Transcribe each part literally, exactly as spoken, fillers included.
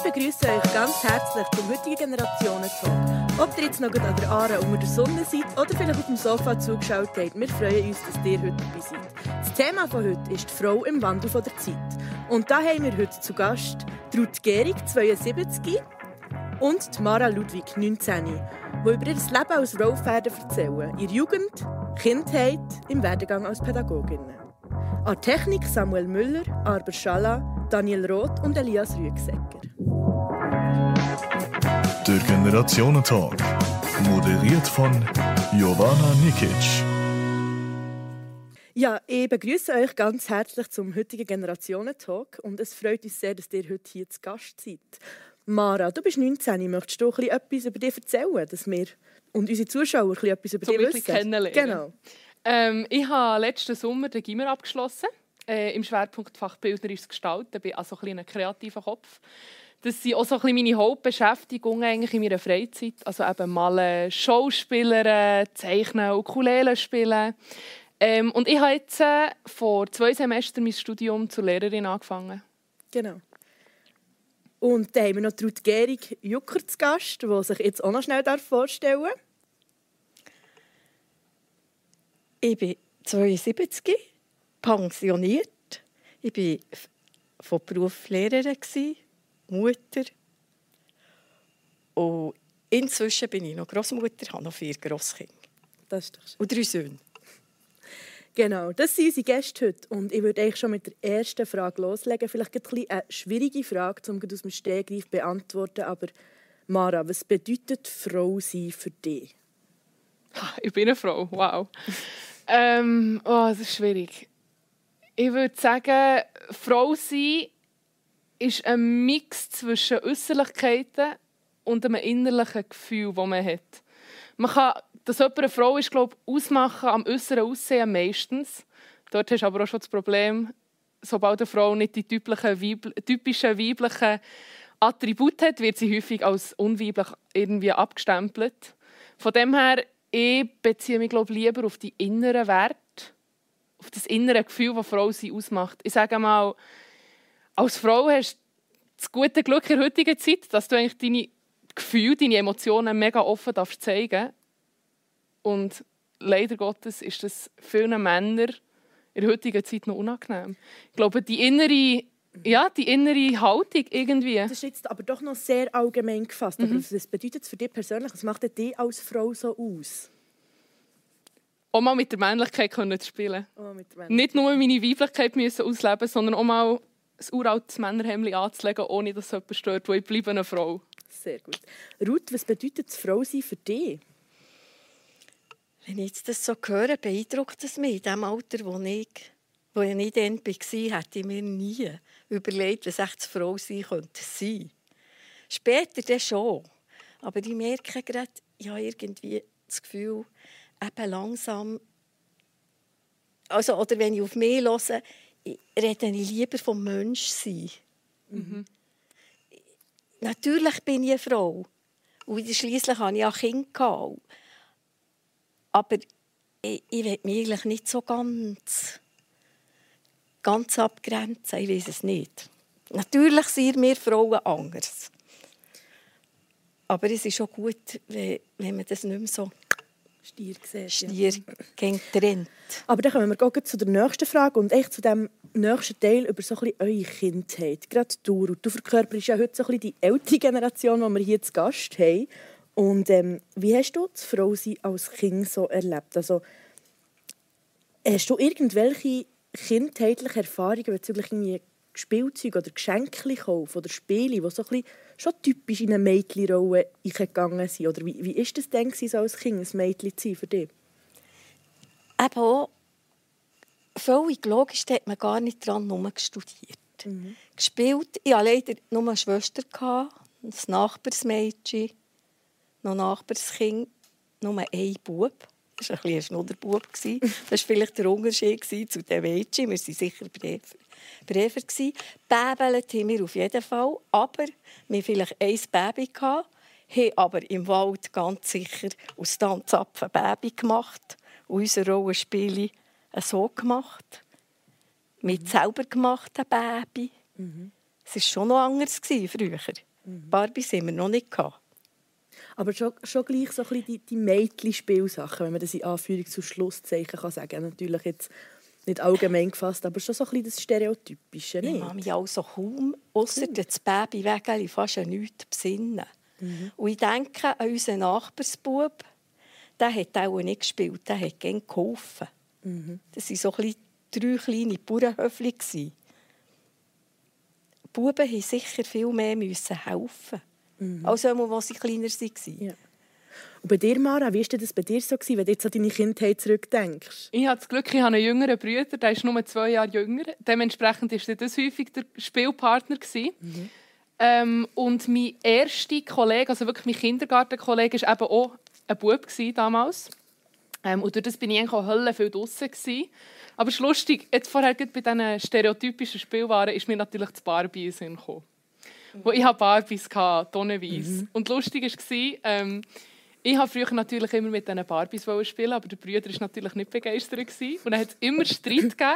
Wir begrüßen euch ganz herzlich zum heutigen Generationen-Talk. Ob ihr jetzt noch an der Aare unter der Sonne seid oder vielleicht auf dem Sofa zugeschaut habt, wir freuen uns, dass ihr heute dabei seid. Das Thema von heute ist die Frau im Wandel der Zeit. Und da haben wir heute zu Gast Ruth Gehrig, zweiundsiebzig, und Mara Ludwig, neunzehn, die über ihr Leben als Rollpferde erzählen, ihre Jugend, Kindheit, im Werdegang als Pädagoginnen. An Technik Samuel Müller, Arber Schalla, Daniel Roth und Elias Rüegsecker. Der Generationentalk, moderiert von Jovana Nikic. Ja, ich begrüße euch ganz herzlich zum heutigen Generationentalk und es freut uns sehr, dass ihr heute hier zu Gast seid. Mara, du bist neunzehn, möchtest du etwas über dich erzählen, dass wir und unsere Zuschauer etwas über Zum dich wissen? Kennenlernen. Genau. Ähm, ich habe letzten Sommer den Gimmer abgeschlossen, äh, im Schwerpunkt Fach Bildnerisches Gestalten. Ich bin also ein, ein kreativer Kopf. Das sind auch so ein bisschen meine Hauptbeschäftigungen eigentlich in meiner Freizeit. Also eben Malen, Schauspielern, Zeichnen, Ukulele spielen. Ähm, und ich habe jetzt äh, vor zwei Semestern mein Studium zur Lehrerin angefangen. Genau. Und dann haben wir noch Ruth Gehrig Jucker zu Gast, die sich jetzt auch noch schnell vorstellen darf. Ich bin zweiundsiebzig, pensioniert. Ich war von Beruf Lehrerin, Mutter. Und inzwischen bin ich noch Grossmutter, habe noch vier Grosskinder. Das ist doch schön. Und drei Söhne. Genau, das sind unsere Gäste heute. Und ich würde eigentlich schon mit der ersten Frage loslegen. Vielleicht ein bisschen eine schwierige Frage, um aus dem Stegreif zu beantworten. Aber Mara, was bedeutet Frau sein für dich? Ich bin eine Frau, wow. ähm, oh, das ist schwierig. Ich würde sagen, Frau sein ist ein Mix zwischen Äußerlichkeiten und einem innerlichen Gefühl, das man hat. Man kann, dass jemand eine Frau ist, glaube ich, ausmachen am äußeren Aussehen meistens. Dort hast du aber auch schon das Problem, sobald eine Frau nicht die typischen, weib- typischen weiblichen Attribute hat, wird sie häufig als unweiblich irgendwie abgestempelt. Von dem her, ich beziehe mich, glaube ich, lieber auf die inneren Werte, auf das innere Gefühl, das Frau sie ausmacht. Ich sage mal, als Frau hast du das gute Glück in der heutigen Zeit, dass du eigentlich deine Gefühle, deine Emotionen mega offen darfst zeigen. Und leider Gottes ist das vielen Männern in der heutigen Zeit noch unangenehm. Ich glaube, die innere, ja, die innere Haltung irgendwie. Das ist jetzt aber doch noch sehr allgemein gefasst. Mhm. Aber was bedeutet es für dich persönlich? Was macht dich als Frau so aus? Auch mal mit der Männlichkeit zu spielen. Oh, mit der Nicht nur meine Weiblichkeit müssen ausleben, sondern auch mal ein uraltes Männerhemdli anzulegen, ohne dass jemand stört, wo ich bleibe eine Frau. Sehr gut. Ruth, was bedeutet das Frausein für dich? Wenn ich jetzt das so höre, beeindruckt es mich. In dem Alter, wo ich, wo ich dann war, hätte ich mir nie überlegt, was echt das Frausein könnte sein. Später dann schon. Aber ich merke gerade, ich habe irgendwie das Gefühl, eben langsam, also, oder wenn ich auf mich höre, rede ich lieber vom Menschsein. Mhm. Natürlich bin ich eine Frau. Und schliesslich hatte ich auch Kinder. Aber ich, ich will mich eigentlich nicht so ganz, ganz abgrenzen. Ich weiß es nicht. Natürlich sind wir Frauen anders. Aber es ist schon gut, wenn, wenn man das nicht mehr so Stier sieht. Stier ja. trennt. Aber dann kommen wir gleich zu der nächsten Frage und echt zu dem nächsten Teil über so ein bisschen eure Kindheit. Gerade du, du verkörperst ja heute so ein bisschen die ältere Generation, die wir hier zu Gast haben. Und ähm, wie hast du das Frausein als Kind so erlebt? Also, hast du irgendwelche kindheitlichen Erfahrungen bezüglich Spielzeug oder Geschenke kaufen oder Spiele, die so ein bisschen schon typisch in eine Mädchenrolle eingegangen sind? Oder wie, wie ist das denn so als Kind, ein Mädchen zu sein für dich? Eben auch, völlig logisch, da hat man gar nicht dran studiert. Mhm. Gespielt, ich hatte leider nur eine Schwester, ein Nachbarsmädchen, noch ein Nachbarskind, nur ein Bub. Das war ein, ein Schnudderbub. Das war vielleicht der Unterschied zu den Mädchen. Wir waren sicher Brefer. Brefer. Bäbelt haben wir auf jeden Fall. Aber wir hatten vielleicht ein Baby, haben aber im Wald ganz sicher aus Tanzapfen Baby gemacht. Und unsere Rollenspiele so gemacht. Mit selber gemachten Baby. Mhm. Es war schon noch anders früher. Mhm. Barbies haben wir noch nicht gehabt. Aber schon, schon gleich so ein bisschen die, die Mädchen-Spielsachen, wenn man das in Anführungs- und Schlusszeichen kann sagen. Natürlich jetzt nicht allgemein gefasst, aber schon so ein bisschen das Stereotypische. Ich kann mich also kaum, ausser cool. das Babywägeli, fast an nichts besinnen. Mhm. Und ich denke an unseren Nachbarsbub, der hat auch nicht gespielt, der hat gerne geholfen. Mhm. Das waren so ein bisschen drei kleine Bauernhöfchen. Die Buben mussten sicher viel mehr helfen, mhm. als als sie kleiner waren. Ja. Und bei dir, Mara, wie war das bei dir so, wenn du jetzt an deine Kindheit zurückdenkst? Ich habe das Glück, ich habe einen jüngeren Bruder, der ist nur zwei Jahre jünger. Dementsprechend war das häufig der Spielpartner. Mhm. Ähm, und mein erster Kollege, also wirklich mein Kindergartenkollege, war eben auch ein Bub damals. Ähm, und durch das war ich eigentlich auch Hölle viel draussen. Aber es ist lustig, jetzt vorher bei diesen stereotypischen Spielwaren ist mir natürlich das Barbie in den Sinn gekommen. Mhm. Wo ich Barbies hatte, tonnenweise. Mhm. Und lustig war, ähm, ich wollte früher natürlich immer mit diesen Barbies spielen, aber der Bruder war natürlich nicht begeistert. Und dann hat es immer Streit gegeben.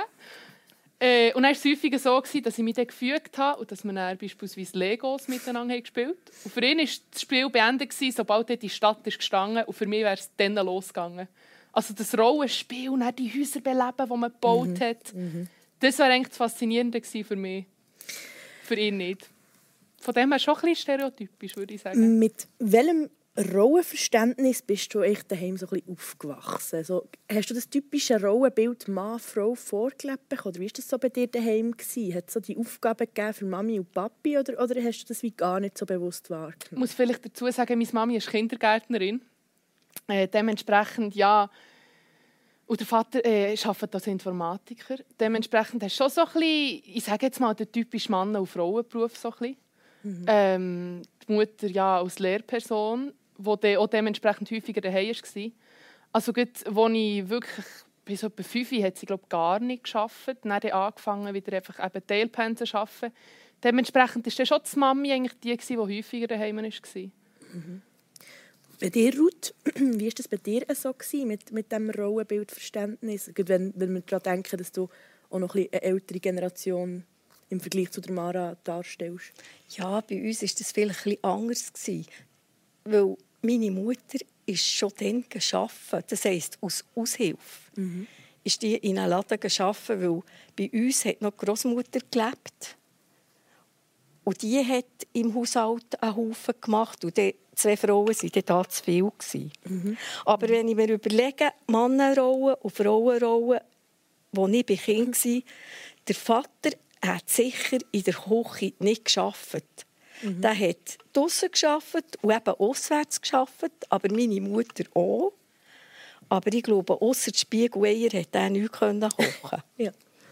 Äh, und dann war es häufig so, dass ich mich dann gefügt habe und dass wir dann beispielsweise Legos miteinander gespielt haben. Und für ihn war das Spiel beendet, sobald er die Stadt ist gestanden. Und für mich wäre es dann losgegangen. Also das Rollenspiel und dann die Häuser beleben, die man gebaut mhm. hat. Mhm. Das war eigentlich das Faszinierende für mich. Für ihn nicht. Von dem her schon ein bisschen stereotypisch, würde ich sagen. Mit welchem Rollenverständnis bist du echt daheim so ein bisschen aufgewachsen? Also, hast du das typische Rollenbild Mann, Frau vorgelebt bekommen? Oder wie war das so bei dir daheim? Hat es so die Aufgaben gegeben für Mami und Papi? Oder, oder hast du das wie gar nicht so bewusst wahrgenommen? Ich muss vielleicht dazu sagen, meine Mami ist Kindergärtnerin. Äh, dementsprechend, ja... Und der Vater äh, arbeitet als Informatiker. Dementsprechend hast du schon so ein bisschen, ich sage jetzt mal, den typischen Mann- und Frauenberuf. So ein bisschen. Mhm. Ähm, die Mutter ja, als Lehrperson, die auch dementsprechend häufiger daheim war. Also gut, als ich wirklich bis etwa fünf hat sie glaub, gar nicht gearbeitet. Dann hat sie angefangen, wieder einfach eben Teilpensen zu arbeiten. Dementsprechend war dann schon die Mami eigentlich die, die häufiger daheim war. Mhm. Bei dir, Ruth, wie war das bei dir so mit, mit diesem Rollenbildverständnis? Wenn, wenn wir daran denken, dass du auch noch ein eine ältere Generation im Vergleich zu der Mara darstellst. Ja, bei uns war das vielleicht etwas anders. Weil meine Mutter ist schon dann gearbeitet, das heisst aus Aushilfe. Mhm. Ist die in einem Laden gearbeitet, weil bei uns hat noch die Großmutter gelebt. Und die hat im Haushalt einen Haufen gemacht. Und die zwei Frauen waren da zu viel. Mhm. Aber wenn ich mir überlege, Mannenrollen und Frauenrollen, als ich bei Kind war, der Vater hat sicher in der Küche nicht gearbeitet. Mhm. Der hat draussen gearbeitet und eben auswärts gearbeitet, aber meine Mutter auch. Aber ich glaube, ausser die Spiegeleier hat er nichts kochen. Ja.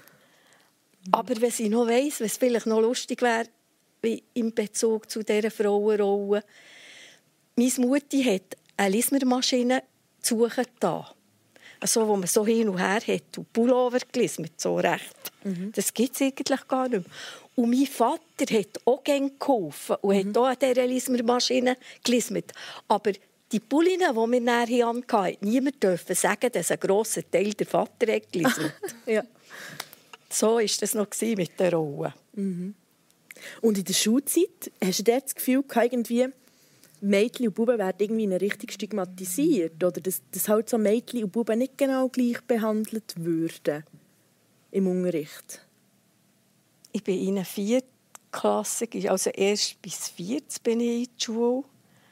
Aber wenn ich noch weiss, was vielleicht noch lustig wäre, in Bezug zu dieser Frauenrolle. Meine Mutti hat eine Lismermaschine suchen da. Also, wo man so hin und her hat und Pullover gelismert, so recht. Mhm. Das gibt es eigentlich gar nicht mehr. Und mein Vater hat auch gerne geholfen und mhm. hat auch an dieser Lismermaschine gelismert. Aber die Pulline, die wir nachher hatten, hat niemand dürfen sagen, dass ein grosser Teil der Vater hat gelismert. Ja. So war das noch mit der Rolle. Mhm. Und in der Schulzeit, hast du dort das Gefühl, irgendwie Mädchen und Buben werden irgendwie richtig stigmatisiert? Oder dass, dass halt so Mädchen und Buben nicht genau gleich behandelt würden im Unterricht? Ich bin in einer vierten Klasse, also erst bis vierzig bin ich in der Schule.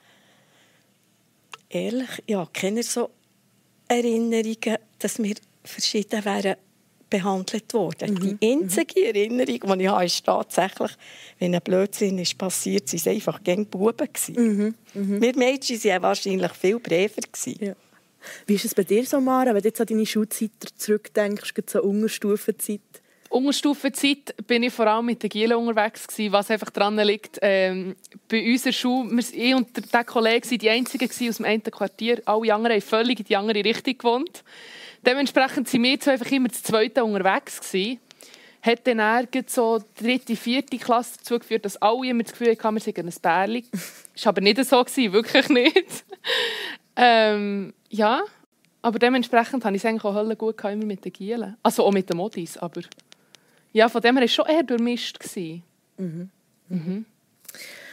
Ehrlich, ja, ich kenne so Erinnerungen, dass wir verschieden wären behandelt worden. Mhm. Die einzige mhm. Erinnerung, die ich habe, ist tatsächlich, wenn ein Blödsinn ist passiert, waren es einfach gegen Buben. Mhm. Mhm. Wir Mädchen waren wahrscheinlich viel braver. Ja. Wie ist es bei dir so, Mara, wenn du jetzt an deine Schulzeit zurückdenkst, zur Unterstufenzeit? Unterstufenzeit bin ich vor allem mit den Gielen unterwegs gewesen, was einfach daran liegt. Ähm, bei unserer Schule, ich und der Kollege waren die Einzigen aus dem einen Quartier. Alle anderen haben völlig in die andere Richtung gewohnt. Dementsprechend waren wir zwei einfach immer das Zweite unterwegs gewesen. Hat dann eher so die dritte, vierte Klasse dazu geführt, dass alle immer das Gefühl hatten, wir seien ein Bärli. Das war aber nicht so, wirklich nicht. ähm, ja, aber dementsprechend hatte ich es eigentlich auch gut immer mit den Gielen. Also auch mit den Modis, aber ja, von dem her war es schon eher durchmischt. Mhm. Mhm.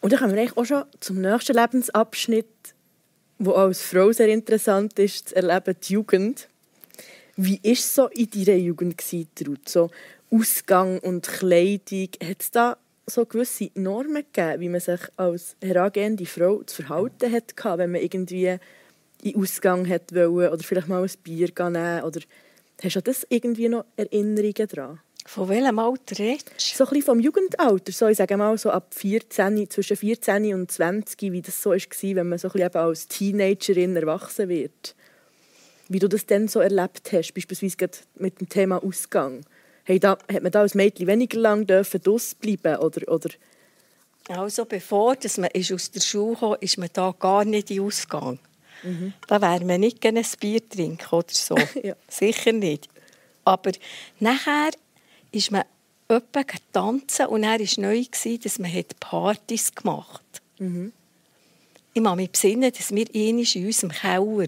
Und dann kommen wir eigentlich auch schon zum nächsten Lebensabschnitt, der als Frau sehr interessant ist, zu erleben, die Jugend. Wie war es so in deiner Jugend, Trud? So Ausgang und Kleidung, hat es da so gewisse Normen gegeben, wie man sich als herangehende Frau zu verhalten hat, wenn man irgendwie in Ausgang hat wollen, oder vielleicht mal ein Bier nehmen? Oder hast du das irgendwie noch Erinnerungen daran? Von welchem Alter redest du? So ein bisschen vom Jugendalter, so, ich sage mal so ab vierzehn, zwischen vierzehn und zwanzig, wie das so war, wenn man so ein bisschen als Teenagerin erwachsen wird. Wie du das dann so erlebt hast, beispielsweise mit dem Thema Ausgang. Hey, da, hat man da als Mädchen weniger lang draussen bleiben oder, oder? Also bevor dass man aus der Schule kam, ist man da gar nicht in Ausgang. Mhm. Da wäre man nicht gerne ein Bier trinken oder so. Ja. Sicher nicht. Aber nachher ist man öppe tanzen und dann war neu, dass man Partys gemacht hat. Mhm. Ich kann mich besinnen, dass wir einmal in unserem Keller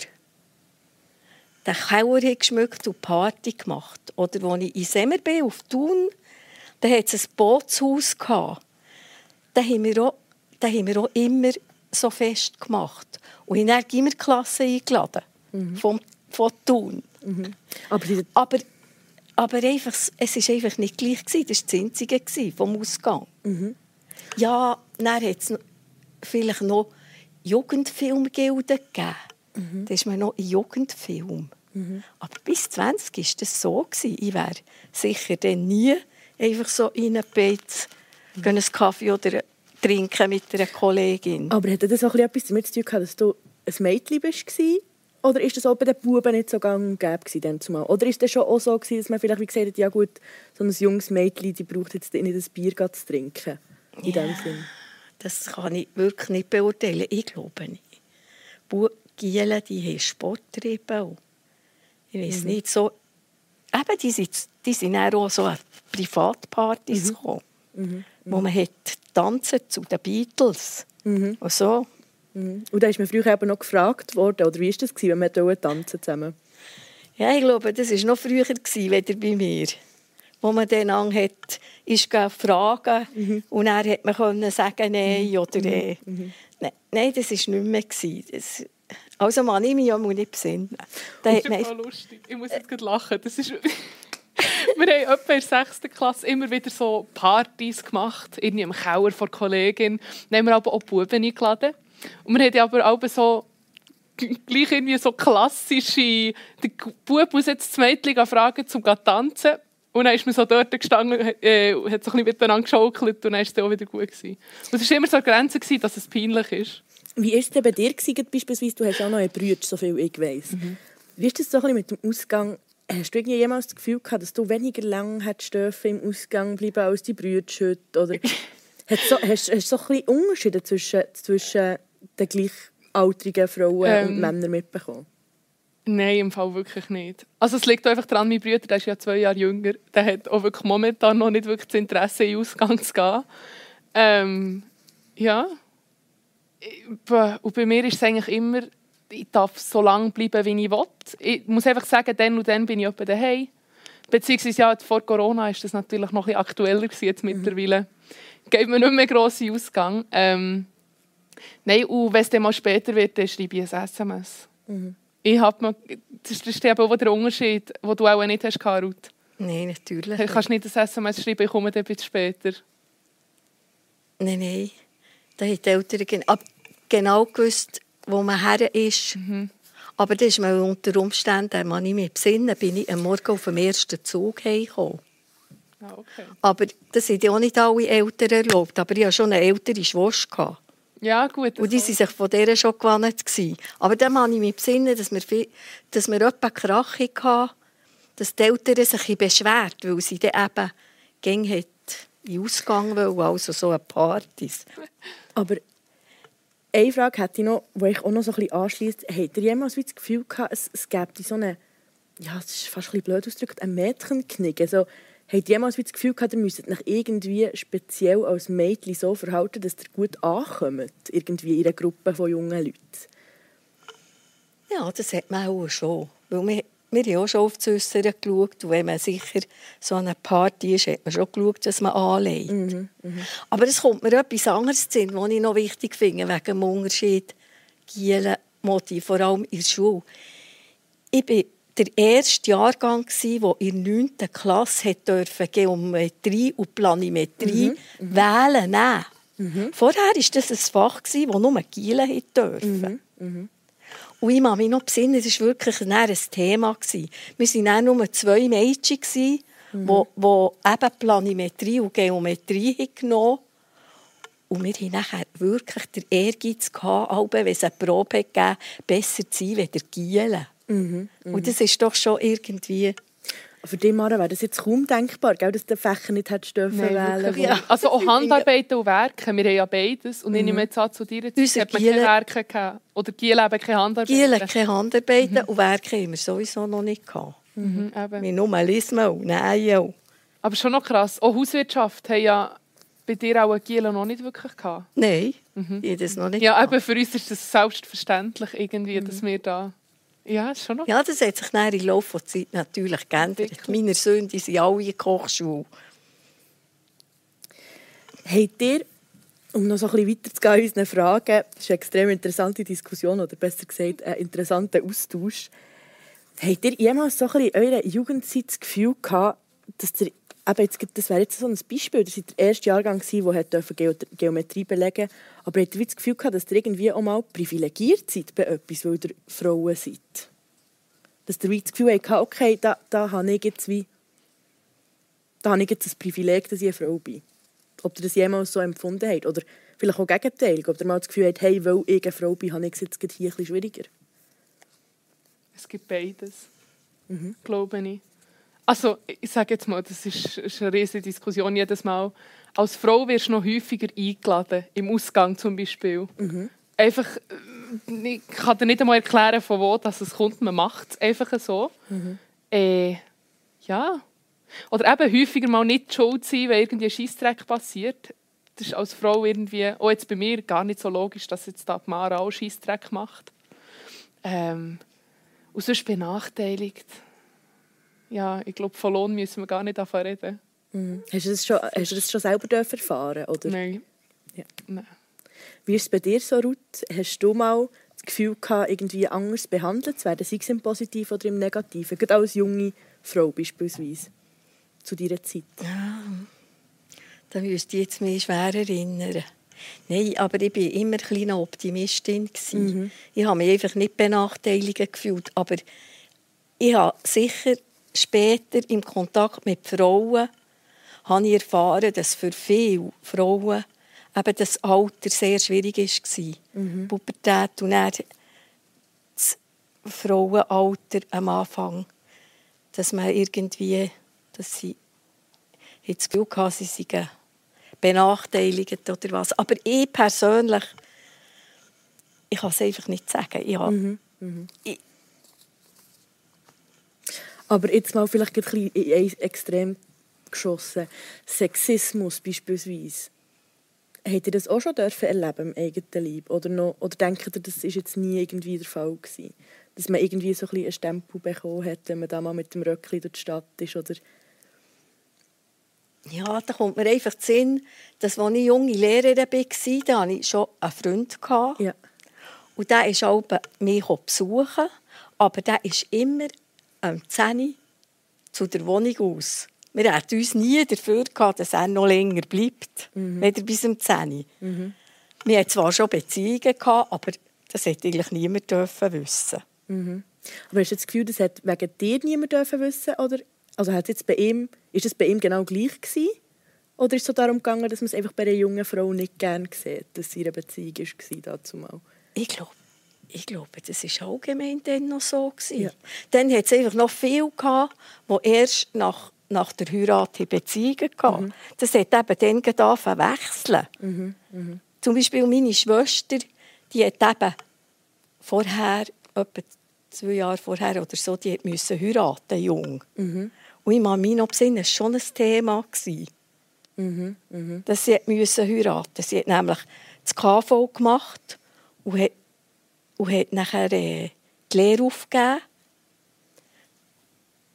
den Keller geschmückt und Party gemacht. Oder als ich in Semmer bin, auf Thun, da hatte es ein Bootshaus. Da haben wir auch, da haben wir auch immer so fest gemacht. Und ich habe immer die Klasse eingeladen. Mhm. Von, von Thun. Mhm. Aber, aber Aber einfach, es war einfach nicht gleich. Das war das Einzige vom Ausgang. Mhm. Ja, dann hat es vielleicht noch Jugendfilmgilden gegeben. Mhm. Da ist man noch in Jugendfilm. Mhm. Aber bis zwanzig war das so. Ich wäre sicher dann nie einfach so in ein Bett mhm. einen Kaffee oder trinken mit einer Kollegin. Aber hat das auch etwas damit zu tun, dass du ein Mädchen warst? Oder ist das auch bei den Buben nicht so gang und gäbe zumal? Oder ist das schon auch so gewesen, dass man vielleicht wie gesagt hat, ja gut, so ein junges Mädchen, die braucht jetzt nicht ein Bier zu trinken? In ja, dem Sinn. Das kann ich wirklich nicht beurteilen. Ich glaube nicht. Gielen, die haben Sport getrieben. Ich weiß mhm. nicht, so... Eben, die sind, die sind auch so an Privatpartys mhm. gekommen, mhm. wo man hat tanzen zu den Beatles mhm. und so. Mhm. Und da ist man früher eben noch gefragt worden, oder wie war das, wenn man tanzen zusammen? Ja, ich glaube, das war noch früher als bei mir. Wo man dann hat, ist fragen mhm. und dann hat man können sagen nein mhm. oder äh, mhm. nein, nein, das war nicht mehr. Das, also man, ich mich ja nicht besinnen. Das ist man... lustig. Ich muss jetzt gerade lachen. Das ist... Wir haben etwa in der sechsten Klasse immer wieder so Partys gemacht, irgendwie im Keller von der Kollegin. Dann haben wir aber auch die Buben eingeladen. Und wir haben aber auch so, gleich irgendwie so klassische, der Bub muss jetzt das Mädchen fragen, um zu tanzen. Und dann ist man so dort gestanden und äh, hat so ein bisschen miteinander geschaukelt und dann war es auch wieder gut gewesen. Und es war immer so eine Grenze, dass es peinlich ist. Wie war es denn bei dir gewesen, beispielsweise? Du hast auch noch einen Bruder, so viel ich weiss. Mhm. Wie ist das so ein bisschen mit dem Ausgang? Hast du jemals das Gefühl gehabt, dass du weniger lang hättest im Ausgang bleiben als die Brüder heute? Oder hast, so, hast, hast du so ein bisschen Unterschiede zwischen, zwischen den gleichaltrigen Frauen ähm, und Männern mitbekommen? Nein, im Fall wirklich nicht. Also es liegt einfach daran, mein Bruder, der ist ja zwei Jahre jünger, der hat auch wirklich momentan noch nicht wirklich das Interesse, in den Ausgang zu gehen. Ähm, ja. Und bei mir ist es eigentlich immer, ich darf so lange bleiben, wie ich will. Ich muss einfach sagen, dann und dann bin ich etwa daheim. Beziehungsweise ja, vor Corona war das natürlich noch ein bisschen aktueller gewesen, jetzt mittlerweile. Mhm. Geht mir nicht mehr grossen Ausgang. Ähm, nein, und wenn es dann mal später wird, dann schreibe ich ein S M S. Mhm. Ich hab mal, das ist eben auch der Unterschied, den du auch nicht hast, Ruth. Nein, natürlich. Du kannst nicht ein S M S schreiben, ich komme dann ein bisschen später. Nein, nein. Da haben die Eltern genau gewusst, wo man her ist. Mhm. Aber das ist mir unter Umständen, wenn ich mich besinnen, bin ich am Morgen auf dem ersten Zug heimgekommen. Ah, okay. Aber das sind ja auch nicht alle Eltern erlaubt. Aber ich hatte schon eine ältere Schwester. Ja, gut. Und die waren sich von dieser schon gewohnt. Aber dann kann ich mich besinnen, dass wir, viel, dass wir etwa Krach hatten, dass die Eltern sich beschwert, weil sie dann eben gegen in Ausgang wollen, also so eine Partys. Aber eine Frage hätte ich noch, die ich auch noch so ein bisschen anschliesst. Habt ihr jemals das Gefühl gehabt, es, es gäbe so eine, ja, das ist fast ein bisschen blöd ausgedrückt, ein Mädchenknick? Also, habt ihr jemals das Gefühl gehabt, ihr müsstet euch irgendwie speziell als Mädchen so verhalten, dass ihr gut ankommt, irgendwie in einer Gruppe von jungen Leuten? Ja, das hat man auch schon. Weil wir, wir haben auch schon auf das Äussere geschaut. Und wenn man sicher so eine Party ist, hat man schon geschaut, dass man anlegt. Mhm, aber es kommt mir etwas anderes zu Sinn, was ich noch wichtig finde, wegen dem Unterschied Gielen-Modi, vor allem in der Schule. Ich war der erste Jahrgang, der in der neunten Klasse Geometrie und Planimetrie mhm, wählen durfte. Mhm. Vorher war das ein Fach, das nur Gielen durften. Mhm, mhm. Und ich kann mich noch besinnen, es war wirklich ein Thema. Wir waren nur zwei Mädchen, die mhm. eben Planimetrie und Geometrie genommen haben. Und wir hatten nachher wirklich den Ehrgeiz, wenn es eine Probe gab, besser zu sein als Gielen. Mhm, und das ist doch schon irgendwie... Für dich, Mara, wäre das jetzt kaum denkbar, gell, dass du den Fächer nicht hättest dürfen wählen. Ja. Also auch Handarbeiten und Werken, wir haben ja beides. Und mhm. ich nehme jetzt an, zu dir Zeit hat man keine Werke gehabt. Oder Gielen haben keine Handarbeiten. Gielen keine Handarbeiten mhm. und Werke haben wir sowieso noch nicht gehabt. Mhm, wir nur Lismen und Nähen. Aber schon noch krass, auch Hauswirtschaft haben ja bei dir auch Gielen noch nicht wirklich gehabt. Nein, mhm. ich das noch nicht Ja, gehabt. eben für uns ist das selbstverständlich, irgendwie, mhm. dass wir da... Ja, ist schon noch. Ja, das hat sich dann im Laufe der Zeit natürlich geändert. Meine Söhne sind alle in der Kochschule. Habt ihr, um noch so ein bisschen weiterzugehen in unseren Fragen, das ist eine extrem interessante Diskussion, oder besser gesagt, ein interessanter Austausch. Habt ihr jemals so ein bisschen in eurer Jugendzeit das Gefühl gehabt, dass ihr, eben jetzt, das wäre jetzt so ein Beispiel, ihr seid der erste Jahrgang war, der Geometrie belegen durfte, aber habt ihr das Gefühl gehabt, dass ihr irgendwie auch mal privilegiert seid bei etwas, weil ihr Frauen seid? Dass ihr das Gefühl habt, okay, da, da habe ich jetzt wie, da habe ich jetzt das Privileg, dass ich eine Frau bin. Ob ihr das jemals so empfunden habt. Oder vielleicht auch gegenteilig, ob ihr mal das Gefühl habt, hey, weil ich eine Frau bin, habe ich es jetzt hier ein bisschen schwieriger. Es gibt beides, mhm. glaube ich. Also, ich sage jetzt mal, das ist, ist eine riesige Diskussion jedes Mal. Als Frau wirst du noch häufiger eingeladen, im Ausgang zum Beispiel. Mhm. Einfach, ich kann dir nicht einmal erklären, von wo das es kommt. Man macht es einfach so. Mhm. Äh, ja. Oder eben häufiger mal nicht die Schuld sein, wenn irgendwie ein Scheissdreck passiert. Das ist als Frau irgendwie, auch jetzt bei mir, gar nicht so logisch, dass jetzt da die Mara auch Scheissdreck macht. Ähm, und sonst benachteiligt. Ja, ich glaube, von Lohn müssen wir gar nicht davon reden. Mhm. Hast du das schon, hast du das schon selber erfahren? Oder? Nein. Ja. Nein. Wie ist es bei dir so, Ruth? Hast du mal das Gefühl gehabt, irgendwie anders behandelt zu werden, sei es im Positiven oder im Negativen? Gerade als junge Frau beispielsweise, zu deiner Zeit. Ja, da müsste ich jetzt mich schwer erinnern. Nein, aber ich war immer ein kleine Optimistin. Mhm. Ich habe mich einfach nicht benachteiligt gefühlt. Aber ich habe sicher später im Kontakt mit Frauen habe ich erfahren, dass für viele Frauen eben das Alter sehr schwierig war. Mhm. Pubertät und dann das Frauenalter am Anfang. Dass man irgendwie, dass sie das Gefühl hatte, sie seien benachteiligt oder was. Aber ich persönlich, ich kann es einfach nicht sagen. Ich habe, mhm. Mhm. Ich, Aber jetzt mal vielleicht ein bisschen in ein Extrem geschossen. Sexismus beispielsweise. Habt ihr das auch schon dürfen erleben im eigenen Leib? Oder, noch, oder denkt ihr, das war jetzt nie irgendwie der Fall gewesen? Dass man irgendwie so ein bisschen einen Stempel bekommen hat, wenn man da mal mit dem Röckchen durch die Stadt ist? Oder? Ja, da kommt mir einfach zu Sinn, dass als ich junge Lehrerin war, da hatte ich schon einen Freund. Ja. Und der ist auch mich besuchen, aber der ist immer am zehn zu der Wohnung aus. Wir hatten uns nie dafür gehabt, dass er noch länger bleibt, mhm. weder bis um zehn. Mhm. Wir hatten zwar schon Beziehungen gehabt, aber das hätte eigentlich niemand dürfen wissen. Mhm. Aber hast du das Gefühl, das hat wegen dir niemand dürfen wissen? Oder also hat jetzt bei ihm, ist es bei ihm genau gleich gewesen? Oder ist es so darum gegangen, dass man es einfach bei einer jungen Frau nicht gerne sieht, dass sie in einer Beziehung war dazu mal? Ich glaube, ich glaube, das war allgemein dann noch so. Ja. Dann hat es einfach noch viele gehabt, die erst nach, nach der Heirat in Beziehungen hatten. Mhm. Das hat eben dann angefangen wechseln. Mhm. Mhm. Zum Beispiel meine Schwester, die hat eben vorher, etwa zwei Jahre vorher oder so, die musste heiraten, jung. Mhm. Und ich kann mich noch besinnen, das war schon ein Thema. Mhm. Mhm. Dass sie heiraten musste. Sie hat nämlich das K V gemacht und hat, und hat nachher äh, die Lehre aufgegeben.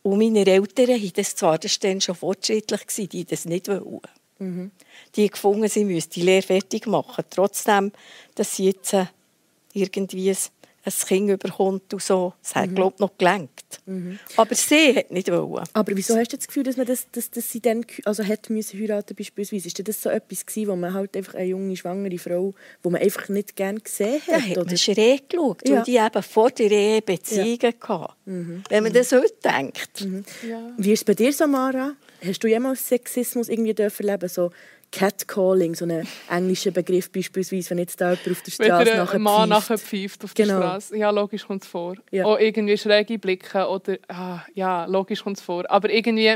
Und meine Eltern haben das zwar, das war dann schon fortschrittlich, die das nicht wollten. Mhm. Die haben gefunden, sie müssten die Lehre fertig machen. Trotzdem, dass sie jetzt äh, irgendwie ein, ein Kind bekommt und so. Es hat, mhm. glaube ich, noch gelenkt. Mhm. Aber sie hat nicht wollen. Aber wieso hast du das Gefühl, dass, man das, dass, dass sie dann also hat müssen heiraten beispielsweise? Ist das so etwas gewesen, wo man halt einfach eine junge, schwangere Frau, die man einfach nicht gerne gesehen hat? Da hat man schräg geschaut, ja. weil die eben vor der Ehe Beziehungen ja. hatten. Mhm. Wenn man mhm. das heute denkt. Mhm. Ja. Wie ist es bei dir, Samara? Hast du jemals Sexismus irgendwie erleben so Catcalling, so einen englischen Begriff beispielsweise, wenn jetzt da jemand auf der Straße nachher ein Mann nachher pfeift auf genau. der Straße. Ja, logisch kommt es vor. Ja. Auch irgendwie schräge Blicke oder ah, ja, logisch kommt es vor. Aber irgendwie,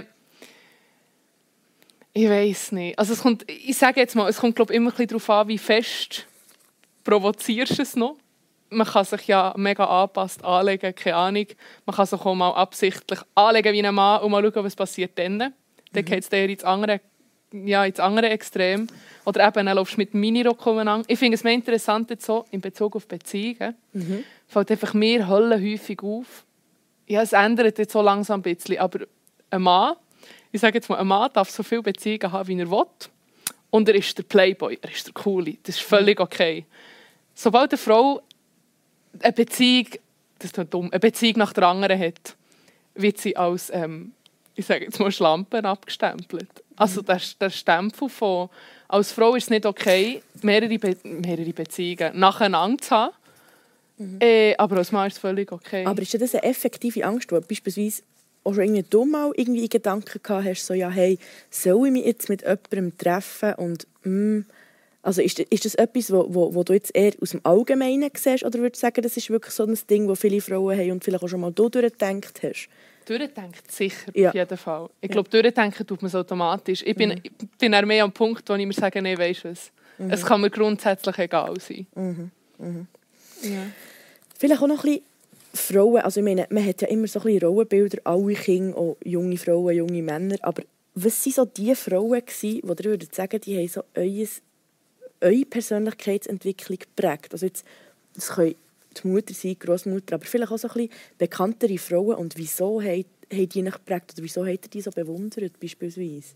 ich weiß nicht. Also es kommt, ich sage jetzt mal, es kommt glaube ich immer ein bisschen darauf an, wie fest provozierst du es noch. Man kann sich ja mega angepasst anlegen, keine Ahnung. Man kann sich auch mal absichtlich anlegen wie ein Mann und mal schauen, was passiert dann. Dann mhm. geht es eher ins andere Ja, ins andere Extrem. Oder eben, dann laufst du mit Minirock umeinander. Ich finde es mehr interessant jetzt so, in Bezug auf Beziehungen. Mhm. Fällt einfach mehr Hölle häufig auf. Ja, es ändert jetzt so langsam ein bisschen. Aber ein Mann, ich sage jetzt mal, ein Mann darf so viele Beziehungen haben, wie er will. Und er ist der Playboy, er ist der Coole. Das ist völlig okay. Sobald eine Frau eine Beziehung, das ist dumm, eine Beziehung nach der anderen hat, wird sie als, ähm, ich sage jetzt mal, Schlampen abgestempelt. Also der, der Stempel von, als Frau ist es nicht okay, mehrere, Be- mehrere Beziehungen nacheinander zu haben. Mhm. Äh, aber als Mann ist es völlig okay. Aber ist das eine effektive Angst, wo beispielsweise auch schon irgendwie du mal irgendwie in Gedanken gehabt hast, so, ja, hey, soll ich mich jetzt mit jemandem treffen und mm, also ist, ist das etwas, wo, wo, wo du jetzt eher aus dem Allgemeinen siehst, oder würdest du sagen, das ist wirklich so ein Ding, das viele Frauen haben und vielleicht auch schon mal du durchgedacht hast? Durchdenkt sicher, ja. auf jeden Fall. Ich glaube, ja. durchdenken tut man es automatisch. Ich bin, mhm. ich bin eher mehr am Punkt, wo ich mir sage, nee, weisst du was, mhm. es kann mir grundsätzlich egal sein. Mhm. Mhm. Ja. Vielleicht auch noch ein bisschen Frauen, also ich meine, man hat ja immer so ein bisschen Rollenbilder, alle Kinder, auch junge Frauen, junge Männer, aber was waren so die Frauen gewesen, die ihr würdet sagen, die haben so euer, eure Persönlichkeitsentwicklung geprägt? Also jetzt, das können die Mutter sein, die Grossmutter, aber vielleicht auch so ein bisschen bekanntere Frauen. Und wieso haben die dich geprägt oder wieso habt ihr die so bewundert, beispielsweise?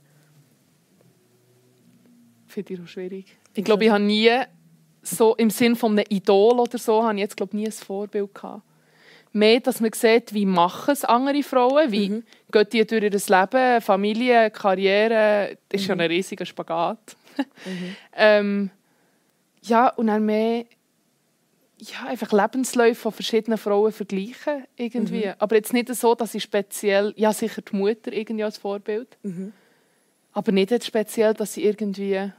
Finde ich auch schwierig. Ich glaube, ich habe nie so im Sinne von einem Idol oder so, habe ich jetzt glaube nie ein Vorbild gehabt. Mehr, dass man sieht, wie machen es andere Frauen, wie mhm. gehen die durch ihr Leben, Familie, Karriere, das ist mhm. ja ein riesiger Spagat. mhm. ähm, ja, und dann mehr ja, einfach Lebensläufe von verschiedenen Frauen vergleichen irgendwie. Mhm. Aber jetzt nicht so, dass ich speziell, ja sicher die Mutter irgendwie als Vorbild, mhm. aber nicht jetzt speziell, dass ich irgendwie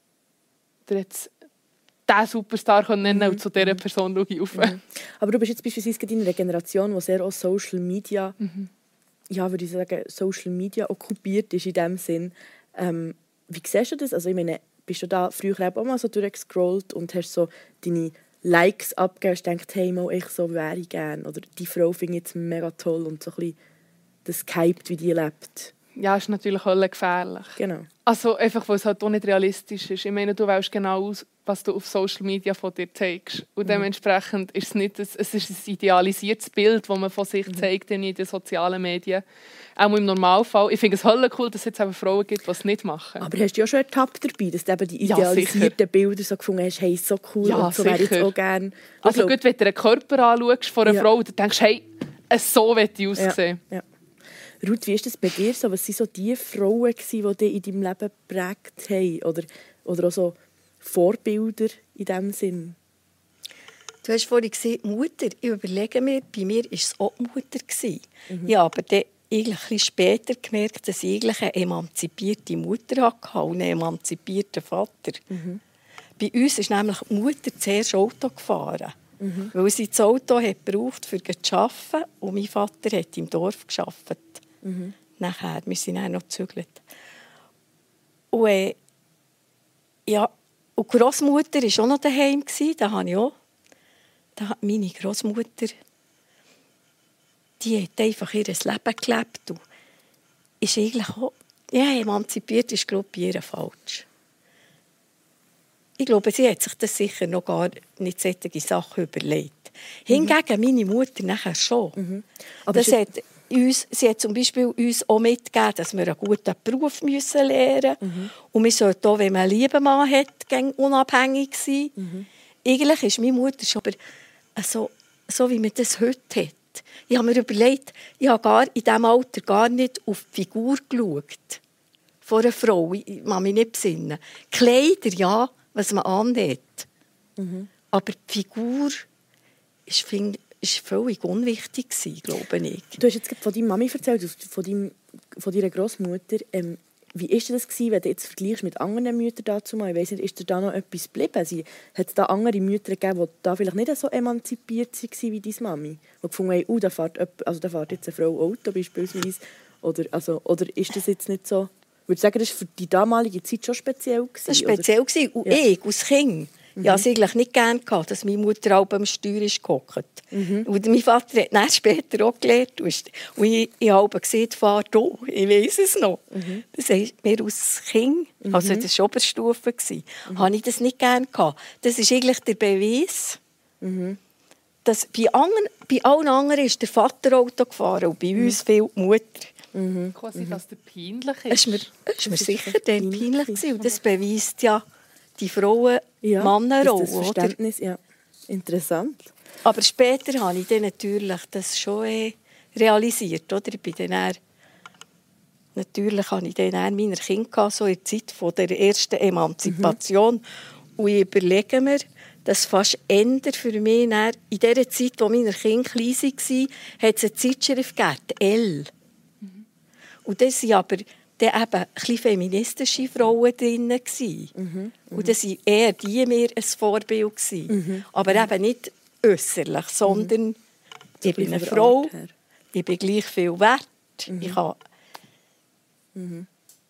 jetzt diesen Superstar nennen kann mhm. und zu dieser Person schaue ich auf. Mhm. Aber du bist jetzt beispielsweise in einer Generation, die sehr auch Social Media, mhm. ja, würde ich sagen, Social Media okkupiert ist in dem Sinn. Ähm, wie siehst du das? Also ich meine, bist du da früher auch mal so durchgescrollt und hast so deine Likes abgegeben und denkst, hey, mal, ich so wäre ich gerne. Oder die Frau finde ich jetzt mega toll und so ein bisschen das gehypt, wie die lebt. Ja, ist natürlich auch gefährlich. Genau. Also einfach, weil es halt auch nicht realistisch ist. Ich meine, du weißt genau, was du auf Social Media von dir zeigst. Und mhm. dementsprechend ist es nicht ein, es ist ein idealisiertes Bild, das man von sich mhm. zeigt in den sozialen Medien. Auch im Normalfall. Ich finde es toll cool, dass es jetzt eben Frauen gibt, die es nicht machen. Aber hast du ja schon ertappt dabei, dass du eben die idealisierten ja, Bilder so gefunden hast, hey, so cool ja, und so wäre ich jetzt auch gerne. Also gut, wenn du einen Körper anschaust von einer ja. Frau, dann denkst du, hey, so will ich aussehen. Ja. Ja. Ruth, wie ist das bei dir so? Was waren so die Frauen, die dich in deinem Leben geprägt haben? Oder, oder auch so Vorbilder in diesem Sinn? Du hast vorhin gesagt, Mutter. Ich überlege mir, bei mir war es auch die Mutter. Mhm. Ja, aber dann eigentlich ein später gemerkt, dass ich eigentlich eine emanzipierte Mutter hatte und einen emanzipierten Vater. Mhm. Bei uns ist nämlich die Mutter zuerst Auto gefahren. Mhm. Weil sie das Auto hat gebraucht, um zu arbeiten. Und mein Vater hat im Dorf gearbeitet. Mhm. Nachher, wir sind auch noch gezügelt. Und, äh, ja, und die Grossmutter war auch noch daheim. Da habe ich auch. Da hat meine Grossmutter, die hat einfach ihr Leben gelebt. Und ist eigentlich auch, ja, emanzipiert ist, glaube ich, bei ihr falsch. Ich glaube, sie hat sich das sicher noch gar nicht solche Sachen überlegt. Mhm. Hingegen meine Mutter nachher schon. Mhm. Aber das hat, uns, sie hat zum Beispiel uns auch mitgegeben, dass wir einen guten Beruf müssen lernen müssen. Mhm. Und wir sollten auch, wenn man einen lieben Mann hat, unabhängig sein. Mhm. Eigentlich ist meine Mutter schon aber so, so, wie man das heute hat. Ich habe mir überlegt, ich habe gar in diesem Alter gar nicht auf die Figur geschaut. Von einer Frau, ich kann mich nicht besinnen. Kleider, ja, was man anhat. Mhm. Aber die Figur ist, find, ist völlig unwichtig gewesen, glaube ich. Du hast jetzt von deiner Mami erzählt, von, deinem, von deiner Großmutter. Ähm, wie war das gewesen, wenn du jetzt vergleichst mit anderen Müttern dazu mal? Ich weiss nicht, ist dir da noch etwas geblieben? Sie, hat es da andere Mütter gegeben, die da vielleicht nicht so emanzipiert waren wie deine Mami? Die gefunden haben, oh, da fährt, also da fährt jetzt eine Frau Auto beispielsweise. Oder, also, oder ist das jetzt nicht so? Ich würde sagen, das war für die damalige Zeit schon speziell gewesen, das war speziell. Oder? Und ja. ich, als Kind, mhm. ich hatte es eigentlich nicht gerne gehabt, dass meine Mutter auch beim Steuer ist gehockt. Mhm. Und mein Vater hat dann später auch gelernt. Und ich, ich habe gesehen, fahr hier. Ich weiss es noch. Mhm. Das heißt, mir als Kind, also das war Oberstufe, mhm. habe ich das nicht gerne gehabt. Das ist eigentlich der Beweis, mhm. dass bei, anderen, bei allen anderen ist der Vater Auto gefahren und bei mhm. uns viel die Mutter. Mhm. Quasi, dass der peinlich ist. Es ist mir, es ist mir sicher dann peinlich gewesen. Und das beweist ja die Frauen-Männer-Rolle. Ja, das Verständnis, ja. Interessant. Aber später habe ich dann natürlich das schon eh realisiert. Oder? Ich bin dann eher, natürlich habe ich dann eher meine Kinder so in der Zeit von der ersten Emanzipation. Mhm. Und ich überlege mir, dass fast ändert für mich in dieser Zeit, als meine Kinder klein waren, hat es eine Zeitschrift gegeben, L. Und das waren aber dann eben ein bisschen feministische Frauen drin. Mhm, und das waren eher die mir ein Vorbild. Mhm, aber mhm. eben nicht äußerlich, sondern mhm. ich bin eine Frau, ich bin gleich viel wert. Mhm. Ich habe mhm.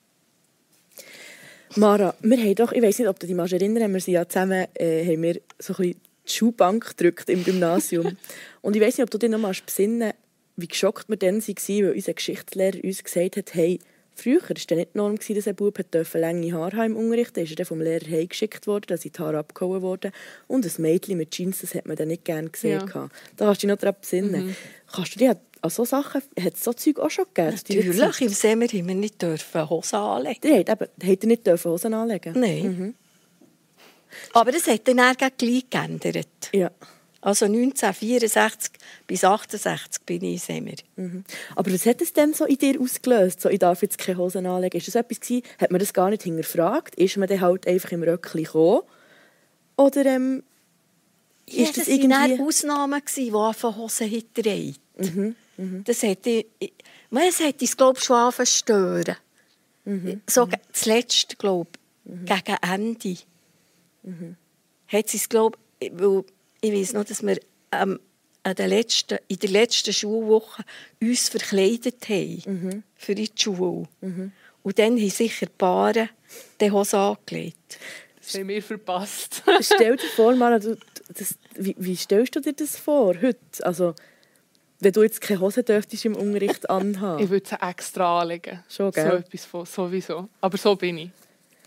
Mara, wir haben doch, ich weiss nicht, ob du dich mal erinnern, wir sind ja zusammen, äh, haben wir so ein bisschen die Schulbank gedrückt im Gymnasium. Und ich weiss nicht, ob du dich noch mal besinnen, wie geschockt wir dann waren, weil unser Geschichtslehrer uns gesagt hat, hey, früher war es nicht die Norm, dass ein Bub lange Haare haben im Unterricht. Dann ist er vom Lehrer heimgeschickt worden, da sind die Haare abgehauen worden. Und ein Mädchen mit Jeans, das hat man dann nicht gerne gesehen. Ja. Da kannst du dich noch daran besinnen. Mhm. Kannst du dich an so Sachen, hat es so Zeug auch schon gegeben? Natürlich, im Sommer haben wir nicht dürfen Hosen anlegen. Die habt ihr nicht dürfen Hosen anlegen? Nein. Mhm. Aber das hat dann auch gleich geändert. Ja. Also neunzehnhundertvierundsechzig bis achtundsechzig bin ich im Sommer. Mhm. Aber was hat es denn so in dir ausgelöst? So, ich darf jetzt keine Hosen anlegen. Ist das etwas gewesen? Hat man das gar nicht hinterfragt? Ist man dann halt einfach im Röckchen gekommen? Oder ähm, ja, ist das, das irgendwie... waren Ausnahmen, die einfach Hosen hinterher. Mhm. Mhm. Das hätte ich... Das hätte ich, glaube ich, schon angefangen zu stören. Mhm. So mhm. zuletzt, glaube ich, mhm. gegen Ende. Mhm. Hat sie es, glaube ich... Ich weiss noch, dass wir ähm, an der letzten, in der letzten Schulwoche uns verkleidet haben mhm. für die Schule. Mhm. Und dann haben sicher die Paare die Hose angelegt. Das haben wir verpasst. Stell dir vor, Mara, du, das, wie, wie stellst du dir das vor heute? Also, wenn du jetzt keine Hose dürftest im Unterricht anhaben. Ich würde sie extra anlegen. Schon, gell? So etwas von, sowieso. Aber so bin ich.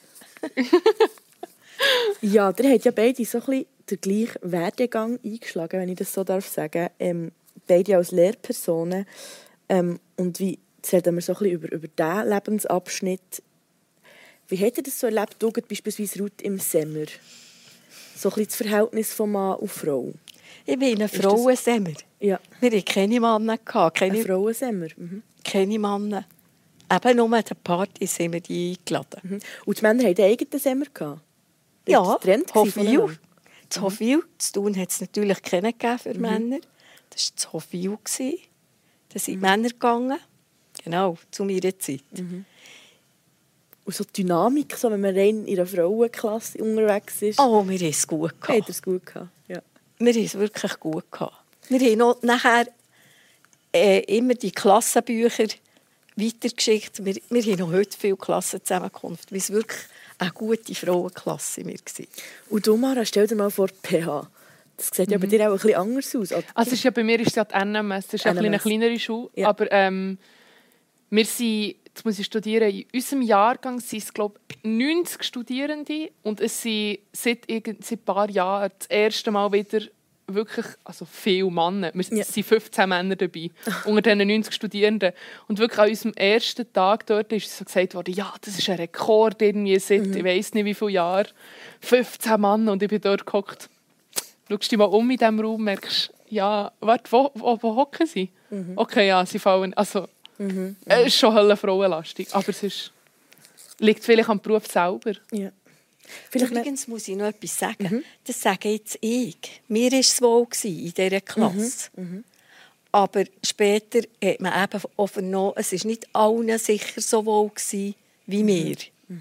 Ja, ihr habt ja beide so ein bisschen den gleichen Werdegang eingeschlagen, wenn ich das so darf sagen. Ähm, beide als Lehrpersonen. Ähm, und wie reden wir so ein bisschen über, über diesen Lebensabschnitt. Wie habt ihr das so erlebt, du beispielsweise Ruth im Sommer? So ein bisschen das Verhältnis von Mann und Frau. Ich bin ein Frauensemmer. Ja. Wir hatten keine Männer. Keine, ein Frauensemmer? Mhm. Keine Männer. Eben nur an der Party sind wir die eingeladen. Mhm. Und die Männer hatten einen eigenen Semmer gehabt? Ja, Hofwil. Das Hofwil. Zu tun hat es natürlich keinen gegeben für mhm. Männer. Das war das Hofwil. Da sind mhm. Männer gegangen. Genau, zu meiner Zeit. Mhm. Und so die Dynamik, so, wenn man rein in einer Frauenklasse unterwegs ist. Oh, wir haben es gut gehabt. Habt ihr es gut gehabt? Ja. Wir haben es wirklich gut gehabt. Wir haben noch nachher äh, immer die Klassenbücher weitergeschickt. Wir, wir haben noch heute viele Klassenzusammenkunft, weil es wirklich eine gute Frauenklasse war. Und du, Mara, stell dir mal vor, P H. Das sieht mhm. ja bei dir auch ein bisschen anders aus. Also ist ja, bei mir ist es ja die N M S. Das ist eine kleinere Schule. Ja. Aber ähm, wir sind, jetzt muss ich studieren, in unserem Jahrgang sind es, glaube ich, neunzig Studierende. Und es sind seit, seit ein paar Jahren das erste Mal wieder wirklich also viele Männer. Wir Ja. sind fünfzehn Männer dabei, unter diesen neunzig Studierenden. Und wirklich an unserem ersten Tag dort ist so gesagt worden, ja, das ist ein Rekord irgendwie seit, Mhm. ich weiss nicht wie viele Jahren. fünfzehn Männer und ich bin dort gehockt. Schaust dich mal um in diesem Raum, merkst, ja, warte, wo, wo, wo hocken sie? Mhm. Okay, ja, sie fallen, also, es ist schon helle frauenlastig, aber es ist, liegt vielleicht am Beruf selber. Ja. Vielleicht nicht- Übrigens muss ich noch etwas sagen. Das sage jetzt ich. Mir war es wohl in dieser Klasse. Aber später hat man eben auch vernommen, es war nicht allen sicher so wohl gewesen wie mir.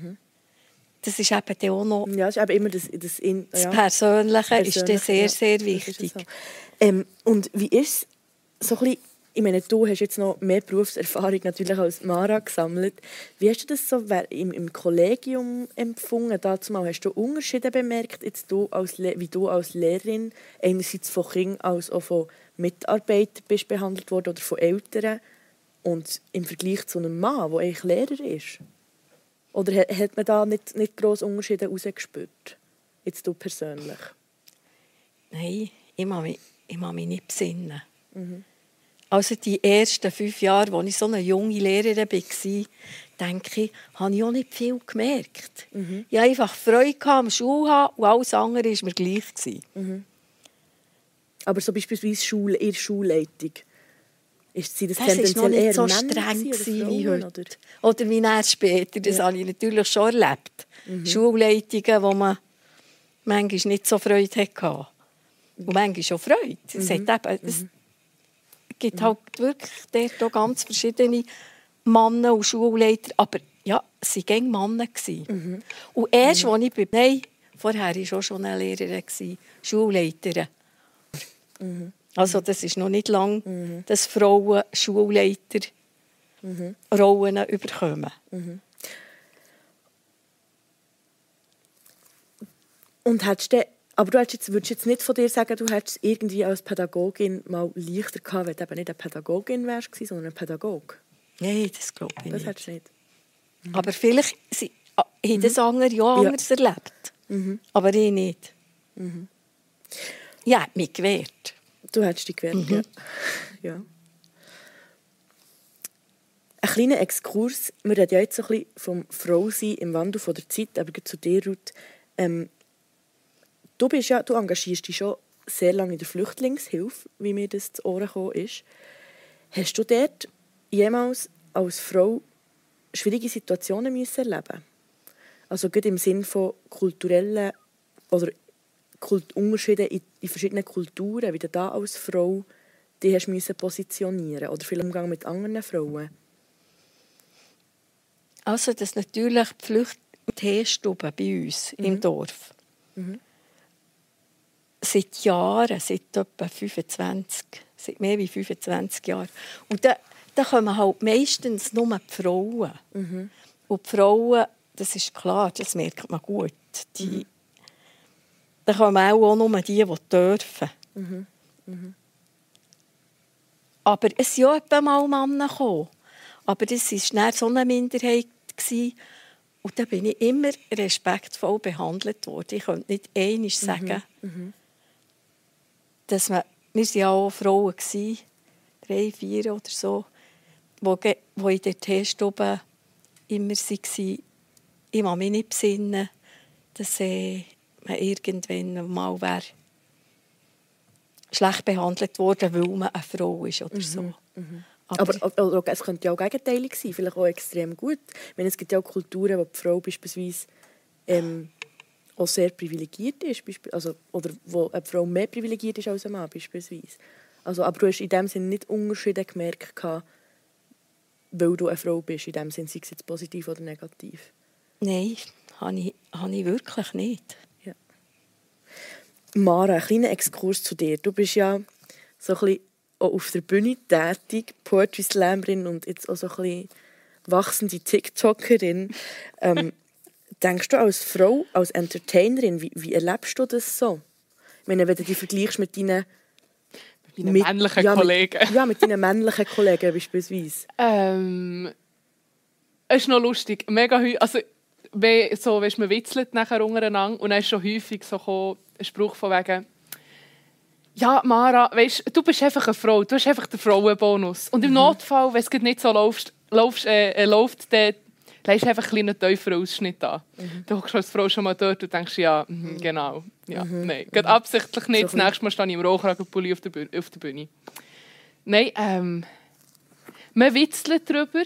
Das ist eben dann auch noch Ja, das ist eben immer das, das, in, das ja. Persönliche, ist dann Persönlich, sehr, ja. sehr Das ist wichtig. so. Ähm, und wie ist es so ein bisschen, ich meine, du hast jetzt noch mehr Berufserfahrung natürlich als Mara gesammelt. Wie hast du das so im, im Kollegium empfunden? Dazu mal, hast du Unterschiede bemerkt, jetzt du als, Le- wie du als Lehrerin einerseits von Kindern als auch von Mitarbeitern bist behandelt worden oder von Eltern und im Vergleich zu einem Mann, der eigentlich Lehrer ist? Oder ha- hat man da nicht, nicht grosse Unterschiede herausgespürt? Jetzt du persönlich? Nein, ich mag mich, ich mag mich nicht besinnen. Also die ersten fünf Jahre, als ich so eine junge Lehrerin war, denke ich, habe ich auch nicht viel gemerkt. Ich hatte einfach Freude am Schulhaben und alles andere war mir gleich gewesen. Aber so beispielsweise Schule, in der Schulleitung, ist sie das, Das war noch tendenziell nicht eher so Männer streng gewesen gewesen oder wie Frauen, heute. oder? Oder wie erst später. Das Ja. habe ich natürlich schon erlebt. Schulleitungen, wo man manchmal nicht so Freude hatte. Und manchmal auch Freude. Es, hat eben, es gibt halt wirklich dort auch ganz verschiedene Männer und Schulleiter. Aber ja, es waren immer Männer. Mhm. Und erst, als ich bin... Nein, vorher war auch schon eine Lehrerin, Schulleiterin. Also das ist noch nicht lang, dass Frauen Schulleiter Rollen überkommen. Und hättest du, aber du hättest jetzt, würdest jetzt nicht von dir sagen, du hättest es irgendwie als Pädagogin mal leichter gehabt, wenn du eben nicht eine Pädagogin wärst, sondern ein Pädagoge. Nein, das glaube ich Das nicht. hättest du nicht. Aber vielleicht sie, ah, haben das andere ja Ja. anders erlebt. Aber ich nicht. Ja, mich gewehrt. Du hättest dich gewehrt, ja. ja. Ein kleiner Exkurs. Wir reden ja jetzt so ein bisschen vom Frausein im Wandel von der Zeit, aber zu dir, Ruth. Ähm, du, bist ja, du engagierst dich schon sehr lange in der Flüchtlingshilfe, wie mir das zu Ohren gekommen ist. Hast du dort jemals als Frau schwierige Situationen müssen erleben? Also gerade im Sinne von kulturellen oder Kult- Unterschieden in, in verschiedenen Kulturen, wie du da als Frau dich hast müssen positionieren oder viel Umgang mit anderen Frauen? Also, das natürlich die Flücht- und Teestube bei uns im Dorf. Seit Jahren, seit etwa fünfundzwanzig, seit mehr als fünfundzwanzig Jahren. Und da, da kommen halt meistens nur die Frauen. Und die Frauen, das ist klar, das merkt man gut. Die, da kommen auch nur die, die dürfen. Aber es sind ja etwa mal Männer gekommen. Aber das war schnell so eine Minderheit. Und da bin ich immer respektvoll behandelt worden. Ich konnte nicht einmal sagen, dass man, wir waren ja auch Frauen, drei, vier oder so, die, die in der Teestube immer waren. Ich kann mich nicht besinnen, dass äh, man irgendwann mal wäre schlecht behandelt worden, weil man eine Frau ist oder so. Aber, aber, aber es könnte ja auch gegenteilig sein, vielleicht auch extrem gut. Ich meine, es gibt ja auch Kulturen, wo die Frau beispielsweise ähm, auch sehr privilegiert ist, also, oder wo eine Frau mehr privilegiert ist als ein Mann beispielsweise. Also, aber du hast in dem Sinne nicht Unterschiede gemerkt, weil du eine Frau bist, in dem Sinne, sei es jetzt positiv oder negativ. Nein, habe ich, habe ich wirklich nicht. Ja. Mara, ein kleiner Exkurs zu dir. Du bist ja so ein bisschen auch auf der Bühne tätig, Poetry Slammerin und jetzt auch so ein bisschen wachsende TikTokerin. Ähm, denkst du als Frau, als Entertainerin, wie, wie erlebst du das so? Ich meine, wenn du dich vergleichst mit deinen Meine mit, männlichen ja, Kollegen. Mit, ja, mit deinen männlichen Kollegen beispielsweise. Ähm, es ist noch lustig. Mega hü- also, wenn, so, weißt, man witzelt nachher untereinander und dann ist schon häufig so gekommen, ein Spruch von wegen ja, Mara, weißt, du bist einfach eine Frau, du hast einfach den Frauenbonus. Und im mhm. Notfall, wenn es nicht so läuft, läuft, äh, läuft dann legst du einfach einen tieferen Ausschnitt an. Mhm. Du hockst als Frau schon mal dort und denkst, ja, mh, genau. Ja, mhm. Nein, geht mhm. absichtlich nicht. So das nächste Mal stehe ich im Rohkragenpulli auf der Bühne. Auf der Bühne. Nein, ähm, man witzelt darüber,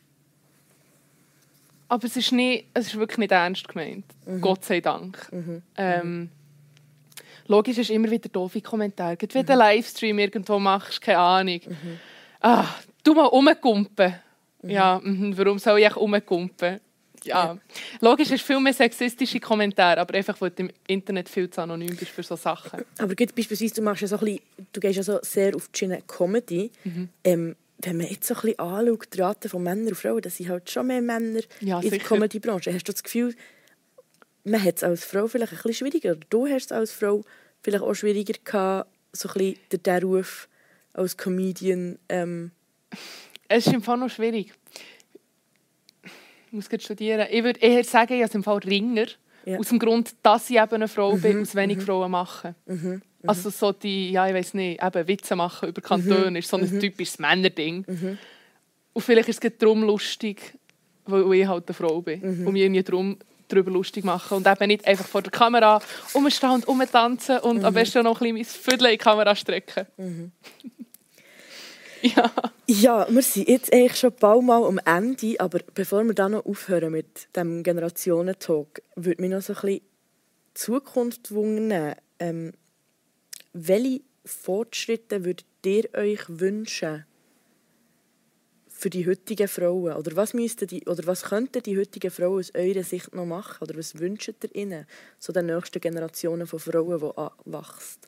aber es ist, nicht, es ist wirklich nicht ernst gemeint. Mhm. Gott sei Dank. Mhm. Ähm, logisch ist immer wieder doofe Kommentare. Wenn du einen Livestream irgendwo machst, keine Ahnung. Mhm. Ah, du mal rumkumpen. Mhm. Ja, mh, warum soll ich rumkumpen? Ja. Ja. Logisch ist viel mehr sexistische Kommentare, aber einfach, weil du im Internet viel zu anonym bist für solche Sachen. Aber gut, beispielsweise, du, machst ja so ein bisschen, du gehst ja so sehr auf die Schiene Comedy. Mhm. Ähm, wenn man jetzt so ein bisschen anschaut, die Rate von Männern und Frauen, das sind halt schon mehr Männer ja, in der Comedy-Branche. Hast du das Gefühl, man hat es als Frau vielleicht ein bisschen schwieriger, oder du hast es als Frau vielleicht auch schwieriger gehabt, so ein bisschen den, den Ruf als Comedian? Ähm. Es ist im Fall noch schwierig. Ich muss gerade studieren. Ich würde eher sagen, ich habe im Fall Ringer. Ja. Aus dem Grund, dass ich eben eine Frau mhm. bin, aus wenig mhm. Frauen machen. Mhm. Mhm. Also so die, ja, ich weiss nicht, eben Witze machen über Kantone mhm. ist so ein mhm. typisches Männerding. Mhm. Und vielleicht ist es darum lustig, weil ich halt eine Frau bin. Mhm. Und mich irgendwie darum darüber lustig machen. Und eben nicht einfach vor der Kamera rumstehen und rumtanzen und mhm. am besten noch ein bisschen mein Viertel in die Kamera strecken. Mhm. Ja. Ja, wir sind jetzt eigentlich schon bald mal am Ende, aber bevor wir dann noch aufhören mit dem Generationentalk, würde mich noch so ein bisschen Zukunft wundern. Ähm, welche Fortschritte würdet ihr euch wünschen für die heutigen Frauen? Oder was, müssten die, oder was könnten die heutigen Frauen aus eurer Sicht noch machen? Oder was wünscht ihr ihnen, so den nächsten Generationen von Frauen, die anwachsen?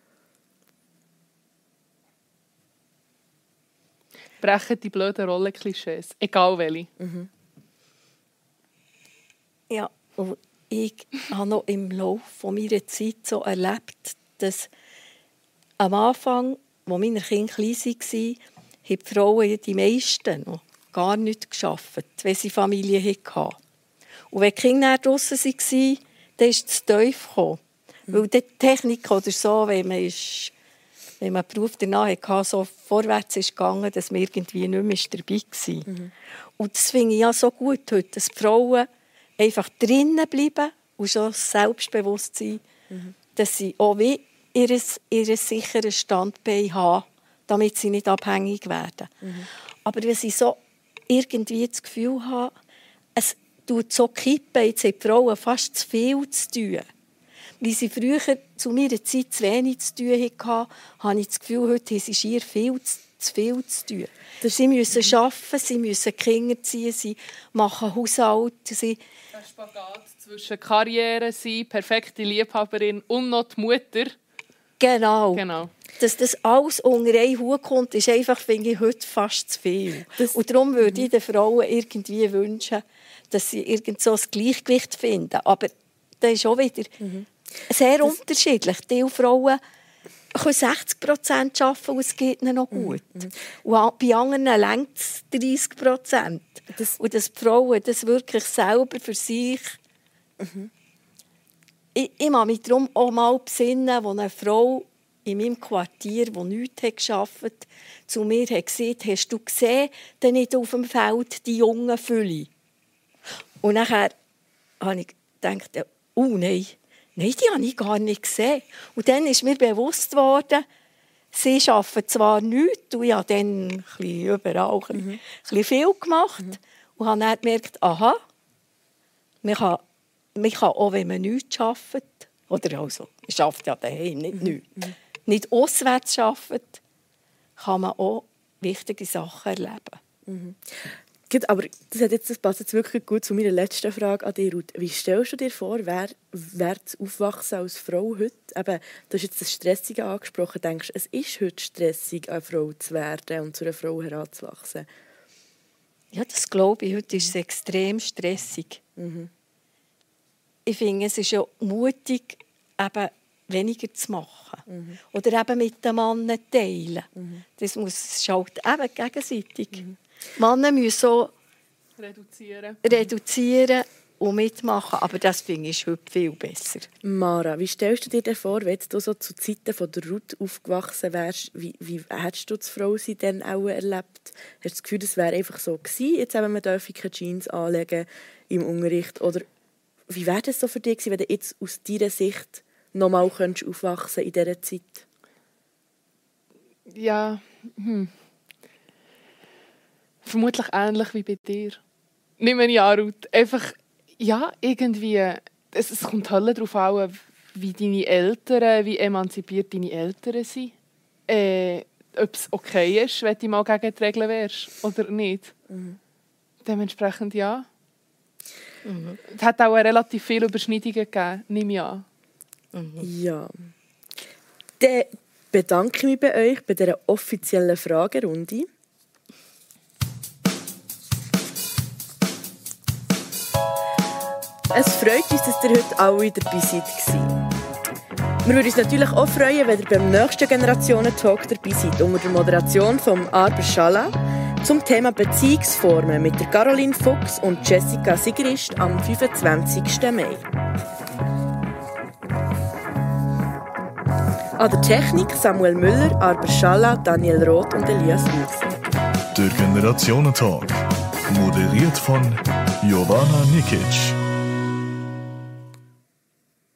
Brechen die blöden Rollenklischees, egal welche. Mhm. Ja, und ich habe noch im Laufe meiner Zeit so erlebt, dass am Anfang, als meine Kinder klein waren, haben die Frauen, die meisten, noch gar nicht gearbeitet, wenn sie Familie hatten. Und wenn die Kinder draussen waren, dann ist es zu tief gekommen. Mhm. Weil die Technik oder so, wenn man ist wenn man einen Beruf danach hatte, so vorwärts ist gegangen, dass man irgendwie nicht mehr dabei war. Mhm. Und das finde ich ja so gut heute, dass die Frauen einfach drinnen bleiben und schon Selbstbewusstsein, mhm. dass sie auch wie ihr, ihr sicheres Standbein haben, damit sie nicht abhängig werden. Mhm. Aber wenn sie so irgendwie das Gefühl haben, es tut so kippen, jetzt haben die Frauen fast zu viel zu tun. Wie sie früher zu meiner Zeit zu wenig zu tun hatten, habe ich das Gefühl, heute haben sie schier viel zu, zu viel zu tun. Sie müssen arbeiten, sie müssen Kinder ziehen, sie machen Haushalt. Sie der Spagat zwischen Karriere sein, perfekte Liebhaberin und noch die Mutter. Genau. genau. Dass das alles unter einen Hut kommt, ist einfach, finde ich, heute fast zu viel. Das und darum würde ich den Frauen irgendwie wünschen, dass sie irgend so ein Gleichgewicht finden. Aber das ist auch wieder mhm. sehr das unterschiedlich. Die Frauen können sechzig Prozent arbeiten und es geht ihnen noch gut. Mhm. Und bei anderen reicht es dreißig Prozent. Das und dass die Frauen das wirklich selber für sich... Mhm. Ich, ich muss mich darum auch mal besinnen, wo eine Frau in meinem Quartier, die nichts gearbeitet hat, zu mir hat gesagt, hast du gesehen, denn nicht auf dem Feld die jungen Fülle? Und nachher habe ich gedacht, oh nein, nein, die habe ich gar nicht gesehen. Und dann ist mir bewusst worden, sie arbeiten zwar nichts, und ich habe dann ein bisschen überall ein bisschen, mhm. ein bisschen viel gemacht. Mhm. Und habe dann gemerkt, aha, man kann, man kann auch, wenn man nichts arbeitet, oder also, man arbeitet ja daheim, nicht mhm. nichts, mhm. nicht auswärts arbeitet, kann man auch wichtige Sachen erleben. Mhm. Aber das, hat jetzt, das passt jetzt wirklich gut zu meiner letzten Frage an dich, Ruth. Wie stellst du dir vor, wer, wer das Aufwachsen als Frau heute? Eben, du hast jetzt das Stressige angesprochen. Denkst du, es ist heute stressig, eine Frau zu werden und zu einer Frau heranzuwachsen? Ja, das glaube ich. Heute ist es extrem stressig. Mhm. Ich finde, es ist ja mutig, eben weniger zu machen. Mhm. Oder eben mit den Männern teilen. Mhm. Das muss halt eben gegenseitig. Mhm. Männer müssen so reduzieren. reduzieren und mitmachen. Aber das finde ich heute viel besser. Mara, wie stellst du dir denn vor, wenn du so zu Zeiten von der Ruth aufgewachsen wärst, wie, wie hättest du das Frausein dann auch erlebt? Hast du das Gefühl, das wäre einfach so gewesen, jetzt eben, man dürfe keine Jeans anlegen im Unterricht? Oder wie wäre das so für dich gewesen, wenn du jetzt aus deiner Sicht noch mal aufwachsen in dieser Zeit? Ja, hm. Vermutlich ähnlich wie bei dir. Nicht mehr ja, Ruth. Einfach, ja, irgendwie, es, es kommt halt darauf an, wie deine Eltern, wie emanzipiert deine Eltern sind. Äh, ob es okay ist, wenn du mal gegen die Regeln wärst oder nicht. Mhm. Dementsprechend ja. Mhm. Es hat auch relativ viele Überschneidungen gegeben, nehme ich an. Mhm. Ja. Dann bedanke ich mich bei euch bei dieser offiziellen Fragerunde. Es freut uns, dass ihr heute alle dabei seid. Wir würden uns natürlich auch freuen, wenn ihr beim nächsten Generationen-Talk dabei seid, unter der Moderation von Arber Schala zum Thema Beziehungsformen mit der Caroline Fuchs und Jessica Sigrist am fünfundzwanzigsten Mai. An der Technik Samuel Müller, Arber Schala, Daniel Roth und Elias Wilson. Der Generationen-Talk, moderiert von Jovana Nikic.